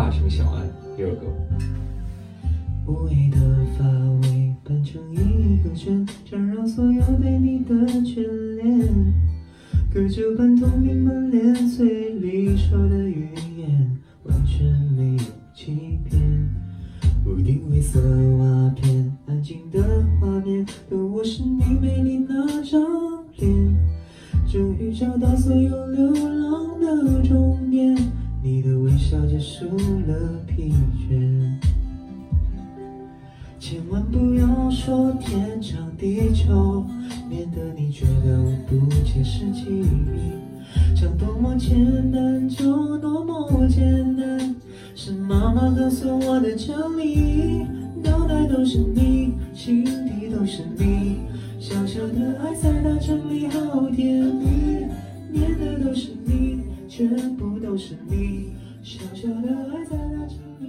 大城小安第二个。 无谓的发尾扮成一个圈，缠绕所有对你的眷恋。隔着半透明门帘，嘴里说的语言完全没有欺骗。屋顶灰色瓦片，安静的画面，可我是你美丽那张脸。终于找到所有流浪的终点，你的微笑结束了疲倦。千万不要说天长地久，免得你觉得我不切实际。想多么简单就多么简单，是妈妈告诉我的真理。脑袋都是你，心底都是你，小小的爱在大城里好甜蜜，念的都是你，全部都是你，小小的爱在大城里。